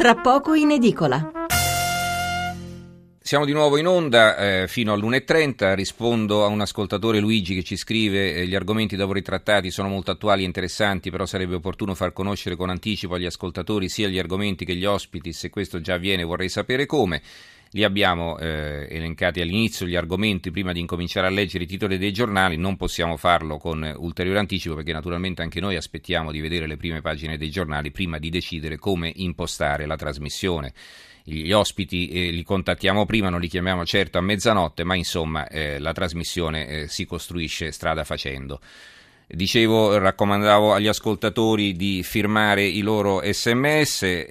tra poco in edicola. Siamo di nuovo in onda fino all'1:30, rispondo a un ascoltatore, Luigi, che ci scrive: gli argomenti da voi trattati sono molto attuali e interessanti, però sarebbe opportuno far conoscere con anticipo agli ascoltatori sia gli argomenti che gli ospiti. Se questo già avviene vorrei sapere come. Li abbiamo elencati all'inizio gli argomenti prima di incominciare a leggere i titoli dei giornali. Non possiamo farlo con ulteriore anticipo perché naturalmente anche noi aspettiamo di vedere le prime pagine dei giornali prima di decidere come impostare la trasmissione. Gli ospiti li contattiamo prima, non li chiamiamo certo a mezzanotte, ma insomma la trasmissione si costruisce strada facendo. Dicevo, raccomandavo agli ascoltatori di firmare i loro sms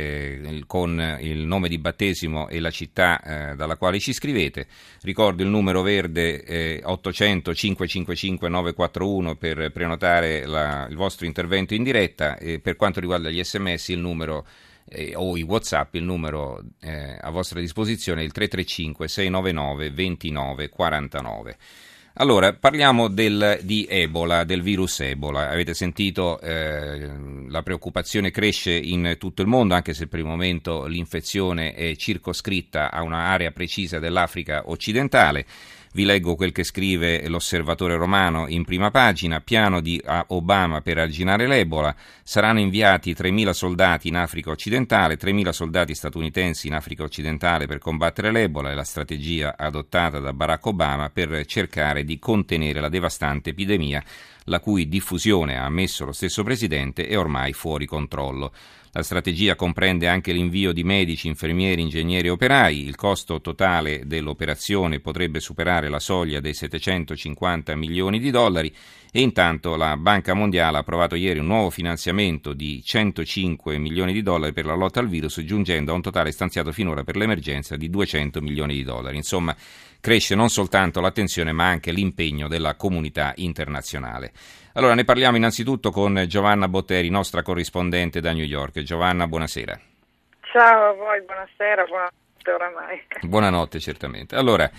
con il nome di battesimo e la città dalla quale ci scrivete. Ricordo il numero verde 800 555 941 per prenotare il vostro intervento in diretta, e per quanto riguarda gli sms il numero o i WhatsApp, il numero a vostra disposizione è il 335 699 29 49. Allora, parliamo di Ebola, del virus Ebola. Avete sentito, la preoccupazione cresce in tutto il mondo, anche se per il momento l'infezione è circoscritta a un'area precisa dell'Africa occidentale. Vi leggo quel che scrive l'Osservatore Romano in prima pagina: piano di Obama per arginare l'Ebola, saranno inviati 3.000 soldati in Africa occidentale, 3.000 soldati statunitensi in Africa occidentale per combattere l'Ebola. È la strategia adottata da Barack Obama per cercare di contenere la devastante epidemia, la cui diffusione, ha ammesso lo stesso presidente, è ormai fuori controllo. La strategia comprende anche l'invio di medici, infermieri, ingegneri e operai. Il costo totale dell'operazione potrebbe superare la soglia dei 750 milioni di dollari e intanto la Banca Mondiale ha approvato ieri un nuovo finanziamento di 105 milioni di dollari per la lotta al virus, giungendo a un totale stanziato finora per l'emergenza di 200 milioni di dollari. Insomma, cresce non soltanto l'attenzione ma anche l'impegno della comunità internazionale. Allora, ne parliamo innanzitutto con Giovanna Botteri, nostra corrispondente da New York. Giovanna, buonasera. Ciao a voi, buonasera, buonanotte oramai. Buonanotte, certamente. Allora,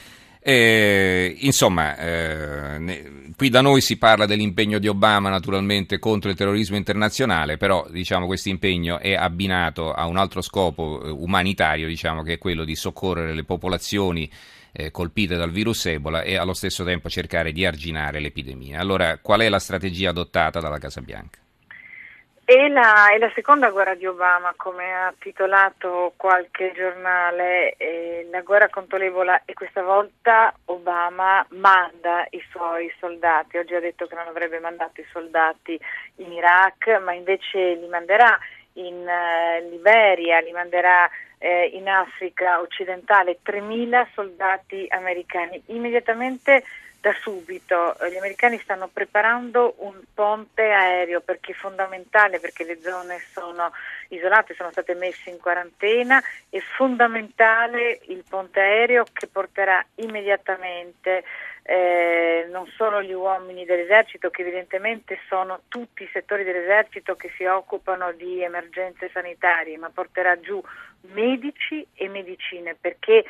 qui da noi si parla dell'impegno di Obama naturalmente contro il terrorismo internazionale, però diciamo questo impegno è abbinato a un altro scopo umanitario, diciamo, che è quello di soccorrere le popolazioni colpite dal virus Ebola e allo stesso tempo cercare di arginare l'epidemia. Allora, qual è la strategia adottata dalla Casa Bianca? È la seconda guerra di Obama, come ha titolato qualche giornale, la guerra contro l'Ebola, e questa volta Obama manda i suoi soldati. Oggi ha detto che non avrebbe mandato i soldati in Iraq, ma invece li manderà in Liberia, li manderà in Africa occidentale, 3.000 soldati americani. Immediatamente, da subito, gli americani stanno preparando un ponte aereo perché è fondamentale, perché le zone sono isolate, sono state messe in quarantena. È fondamentale il ponte aereo che porterà immediatamente non solo gli uomini dell'esercito, che evidentemente sono tutti i settori dell'esercito che si occupano di emergenze sanitarie, ma porterà giù medici e medicine, perché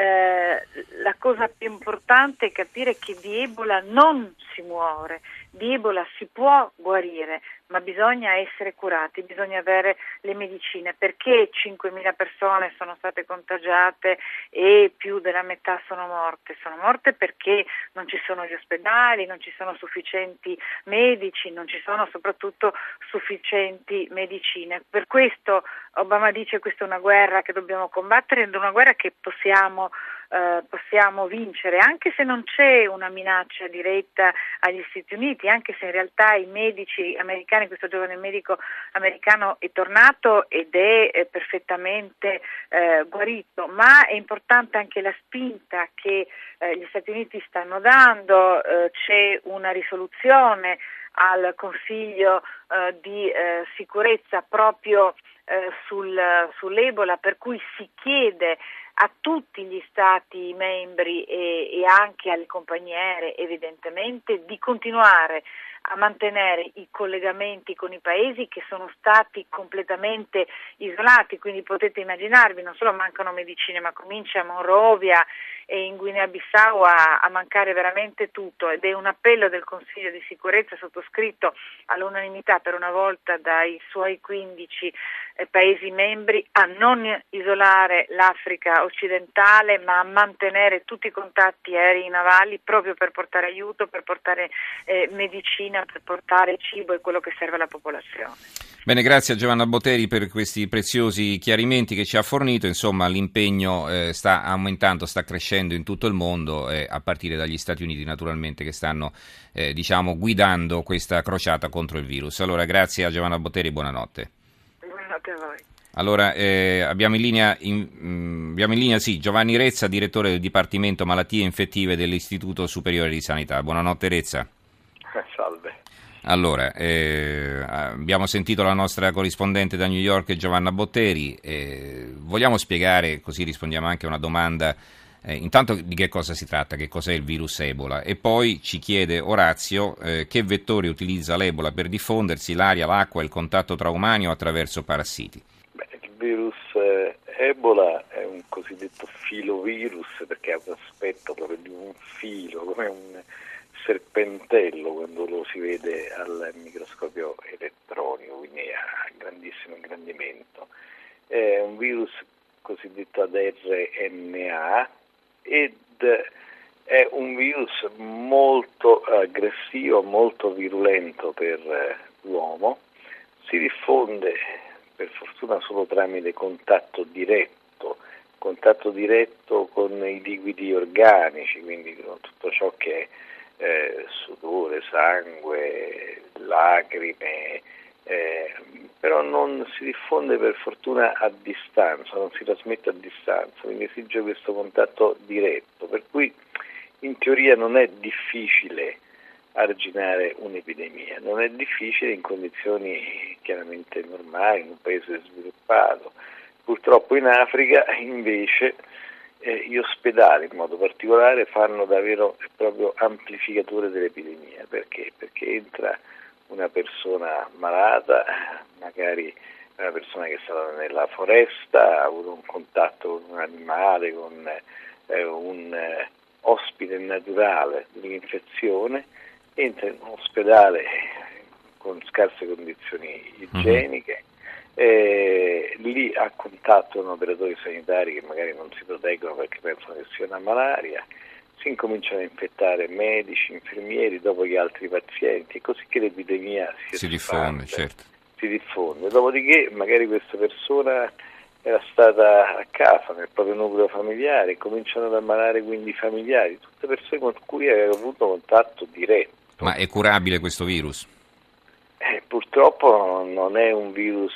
la cosa più importante è capire che di Ebola non si muore, di Ebola si può guarire, ma bisogna essere curati, bisogna avere le medicine. Perché 5.000 persone sono state contagiate e più della metà sono morte? Sono morte perché non ci sono gli ospedali, non ci sono sufficienti medici, non ci sono soprattutto sufficienti medicine. Per questo Obama dice: questa è una guerra che dobbiamo combattere ed è una guerra che possiamo vincere, anche se non c'è una minaccia diretta agli Stati Uniti, anche se in realtà i medici americani, questo giovane medico americano è tornato ed è perfettamente guarito, ma è importante anche la spinta che gli Stati Uniti stanno dando. C'è una risoluzione al Consiglio di sicurezza proprio sull'Ebola, per cui si chiede a tutti gli stati membri e anche alle compagnie aeree evidentemente di continuare a mantenere i collegamenti con i paesi che sono stati completamente isolati, quindi potete immaginarvi, non solo mancano medicine, ma comincia a Monrovia e in Guinea-Bissau a mancare veramente tutto, ed è un appello del Consiglio di sicurezza sottoscritto all'unanimità per una volta dai suoi 15 Paesi membri a non isolare l'Africa occidentale, ma a mantenere tutti i contatti aerei navali proprio per portare aiuto, per portare medicina, per portare cibo e quello che serve alla popolazione. Bene, grazie a Giovanna Boteri per questi preziosi chiarimenti che ci ha fornito. Insomma, l'impegno sta aumentando, sta crescendo in tutto il mondo, a partire dagli Stati Uniti naturalmente, che stanno guidando questa crociata contro il virus. Allora, grazie a Giovanna Boteri e buonanotte. Buonanotte a voi. Allora, abbiamo in linea Giovanni Rezza, direttore del Dipartimento Malattie Infettive dell'Istituto Superiore di Sanità. Buonanotte Rezza. Salve. Allora, abbiamo sentito la nostra corrispondente da New York, Giovanna Boteri. Vogliamo spiegare, così rispondiamo anche a una domanda, intanto di che cosa si tratta, che cos'è il virus Ebola, e poi ci chiede Orazio che vettore utilizza l'Ebola per diffondersi, l'aria, l'acqua, il contatto tra umani o attraverso parassiti. Il virus Ebola è un cosiddetto filovirus perché ha un aspetto proprio di un filo, come un serpentello quando lo si vede al microscopio elettronico, quindi a grandissimo ingrandimento. È un virus cosiddetto ad RNA ed è un virus molto aggressivo, molto virulento per l'uomo. Si diffonde per fortuna solo tramite contatto diretto con i liquidi organici, quindi con tutto ciò che è sudore, sangue, lacrime, però non si diffonde per fortuna a distanza, non si trasmette a distanza, quindi esige questo contatto diretto, per cui in teoria non è difficile arginare un'epidemia, non è difficile in condizioni chiaramente normali, in un paese sviluppato. Purtroppo in Africa invece gli ospedali in modo particolare fanno da vero e proprio amplificatore dell'epidemia. Perché? Perché entra una persona malata, magari una persona che è stata nella foresta, ha avuto un contatto con un animale, con un ospite naturale dell'infezione, entra in un ospedale con scarse condizioni igieniche, lì ha contatto con operatori sanitari che magari non si proteggono perché pensano che sia una malaria, si incominciano a infettare medici, infermieri, dopo gli altri pazienti, e così che l'epidemia si diffonde, certo. Si diffonde. Dopodiché magari questa persona era stata a casa, nel proprio nucleo familiare, cominciano ad ammalare quindi i familiari, tutte persone con cui aveva avuto contatto diretto. Ma è curabile questo virus? Purtroppo non è un virus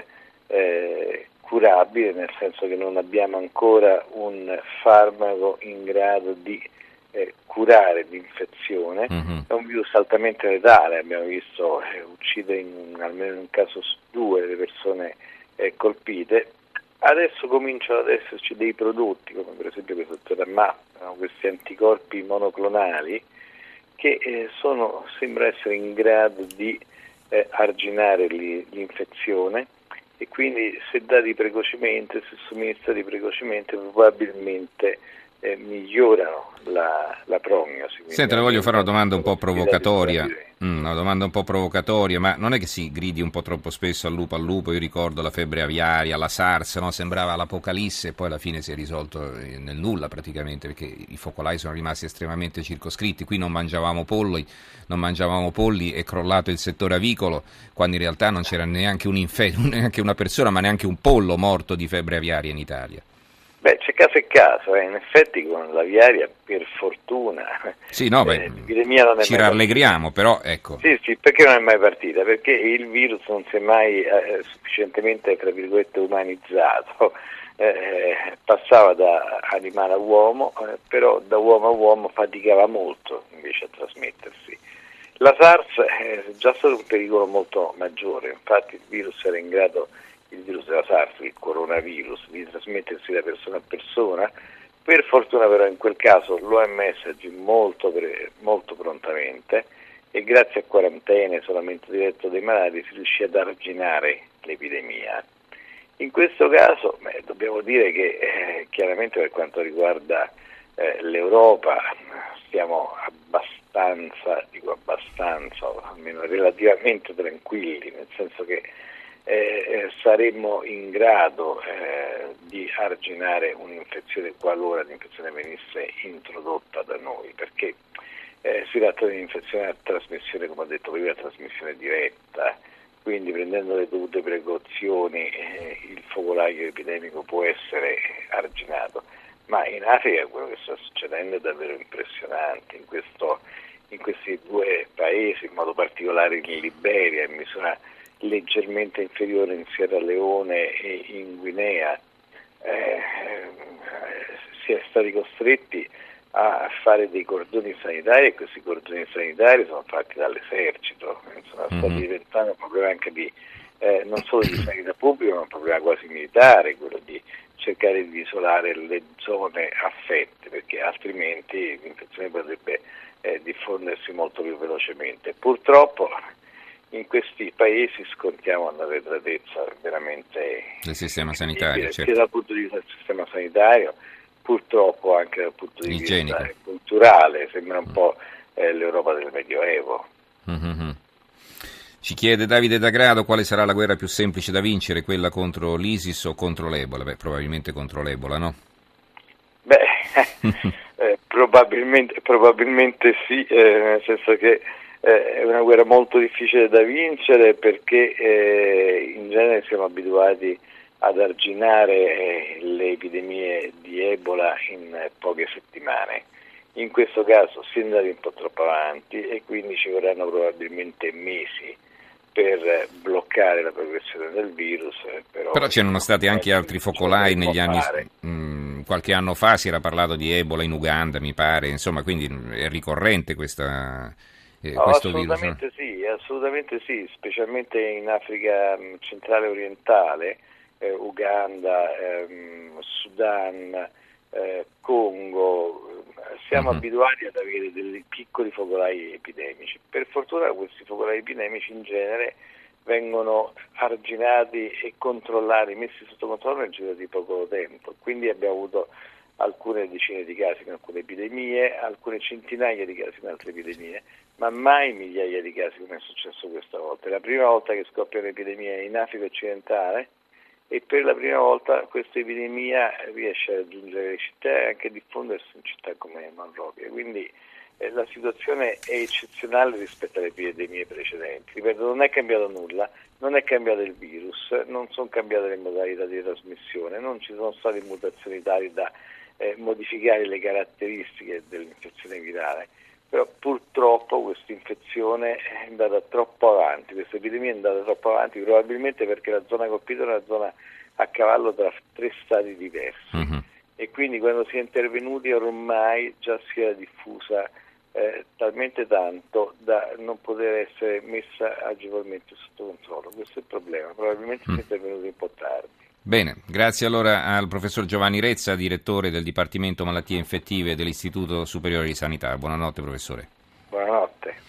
curabile, nel senso che non abbiamo ancora un farmaco in grado di curare l'infezione. È un virus altamente letale, abbiamo visto uccide almeno in un caso su 2 le persone colpite. Adesso cominciano ad esserci dei prodotti, come per esempio questo Teramap, questi anticorpi monoclonali, che sembra essere in grado di arginare l'infezione, e quindi se dati precocemente, se somministrati precocemente, probabilmente migliorano la prognosi. Senta, le voglio fare una domanda un po' provocatoria. Una domanda un po' provocatoria, ma non è che si gridi un po' troppo spesso al lupo? Io ricordo la febbre aviaria, la SARS, no? Sembrava l'apocalisse, e poi alla fine si è risolto nel nulla praticamente, perché i focolai sono rimasti estremamente circoscritti. Qui non mangiavamo polli, è crollato il settore avicolo, quando in realtà non c'era neanche neanche una persona, ma neanche un pollo morto di febbre aviaria in Italia. C'è caso e caso, in effetti con l'aviaria per fortuna l'epidemia non è ci rallegriamo, però ecco. Sì, perché non è mai partita? Perché il virus non si è mai sufficientemente, tra virgolette, umanizzato, passava da animale a uomo, però da uomo a uomo faticava molto invece a trasmettersi. La SARS è già stato un pericolo molto maggiore, infatti il virus della SARS, il coronavirus, di trasmettersi da persona a persona. Per fortuna però in quel caso l'OMS agì molto prontamente e grazie a quarantene, isolamento diretto dei malati, si riuscì ad arginare l'epidemia. In questo caso dobbiamo dire che chiaramente per quanto riguarda l'Europa stiamo abbastanza, o almeno relativamente tranquilli, nel senso che saremmo in grado di arginare un'infezione qualora l'infezione venisse introdotta da noi, perché si tratta di un'infezione a trasmissione, come ho detto prima, a trasmissione diretta, quindi prendendo le dovute precauzioni il focolaio epidemico può essere arginato. Ma in Africa quello che sta succedendo è davvero impressionante, in questi due paesi, in modo particolare in Liberia, in misura leggermente inferiore in Sierra Leone e in Guinea, si è stati costretti a fare dei cordoni sanitari, e questi cordoni sanitari sono fatti dall'esercito, sono stati diventando un problema anche non solo di sanità pubblica, ma un problema quasi militare, quello di cercare di isolare le zone affette, perché altrimenti l'infezione potrebbe diffondersi molto più velocemente. Purtroppo in questi paesi scontiamo una arretratezza veramente del sistema sanitario, sia dal punto di vista del sistema sanitario, purtroppo anche dal punto di igienico, vista culturale, sembra un po' l'Europa del Medioevo. Mm-hmm. Ci chiede Davide da Grado quale sarà la guerra più semplice da vincere, quella contro l'ISIS o contro l'Ebola? Probabilmente contro l'Ebola, no? Probabilmente sì, nel senso che è una guerra molto difficile da vincere, perché in genere siamo abituati ad arginare le epidemie di Ebola in poche settimane. In questo caso si è andati un po' troppo avanti e quindi ci vorranno probabilmente mesi per bloccare la progressione del virus. Però c'erano stati anche altri focolai negli anni, qualche anno fa si era parlato di Ebola in Uganda, mi pare, insomma, quindi è ricorrente questo assolutamente virus, no? Assolutamente sì, specialmente in Africa centrale e orientale, Uganda, Sudan, Congo. Siamo abituati ad avere dei piccoli focolai epidemici. Per fortuna questi focolai epidemici in genere vengono arginati e controllati, messi sotto controllo nel giro di poco tempo. Quindi abbiamo avuto alcune decine di casi in alcune epidemie, alcune centinaia di casi in altre epidemie, ma mai migliaia di casi come è successo questa volta. È la prima volta che scoppia un'epidemia in Africa occidentale, e per la prima volta questa epidemia riesce a raggiungere le città e anche a diffondersi in città come Monrovia. Quindi la situazione è eccezionale rispetto alle epidemie precedenti. Ripeto, non è cambiato nulla, non è cambiato il virus, non sono cambiate le modalità di trasmissione, non ci sono state mutazioni tali da modificare le caratteristiche dell'infezione virale. Però purtroppo questa infezione è andata troppo avanti, questa epidemia è andata troppo avanti, probabilmente perché la zona colpita è una zona a cavallo tra 3 stati diversi, e quindi quando si è intervenuti ormai già si era diffusa talmente tanto da non poter essere messa agevolmente sotto controllo. Questo è il problema, probabilmente si è intervenuti un po' tardi. Bene, grazie allora al professor Giovanni Rezza, direttore del Dipartimento Malattie Infettive dell'Istituto Superiore di Sanità. Buonanotte professore. Buonanotte.